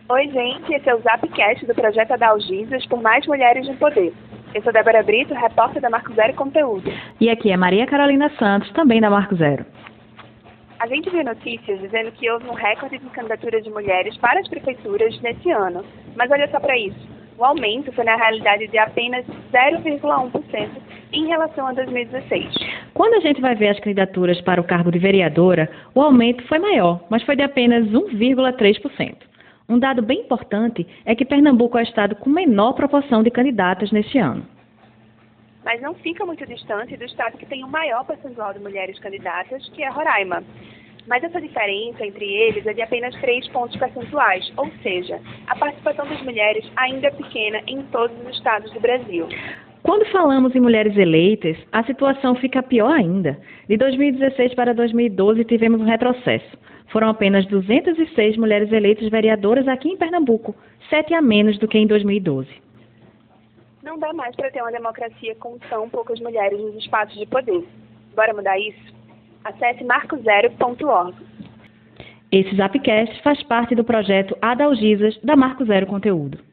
Oi, gente, esse é o Zapcast do projeto Adalgisas por Mais Mulheres no Poder. Eu sou Débora Brito, repórter da Marco Zero Conteúdo. E aqui é Maria Carolina Santos, também da Marco Zero. A gente viu notícias dizendo que houve um recorde de candidaturas de mulheres para as prefeituras nesse ano. Mas olha só para isso. O aumento foi na realidade de apenas 0,1% em relação a 2016. Quando a gente vai ver as candidaturas para o cargo de vereadora, o aumento foi maior, mas foi de apenas 1,3%. Um dado bem importante é que Pernambuco é o estado com menor proporção de candidatas neste ano. Mas não fica muito distante do estado que tem o maior percentual de mulheres candidatas, que é Roraima. Mas essa diferença entre eles é de apenas 3 pontos percentuais, ou seja, a participação das mulheres ainda é pequena em todos os estados do Brasil. Quando falamos em mulheres eleitas, a situação fica pior ainda. De 2016 para 2012 tivemos um retrocesso. Foram apenas 206 mulheres eleitas vereadoras aqui em Pernambuco, 7 a menos do que em 2012. Não dá mais para ter uma democracia com tão poucas mulheres nos espaços de poder. Bora mudar isso? Acesse marcozero.org. Esse Zapcast faz parte do projeto Adalgisas da Marco Zero Conteúdo.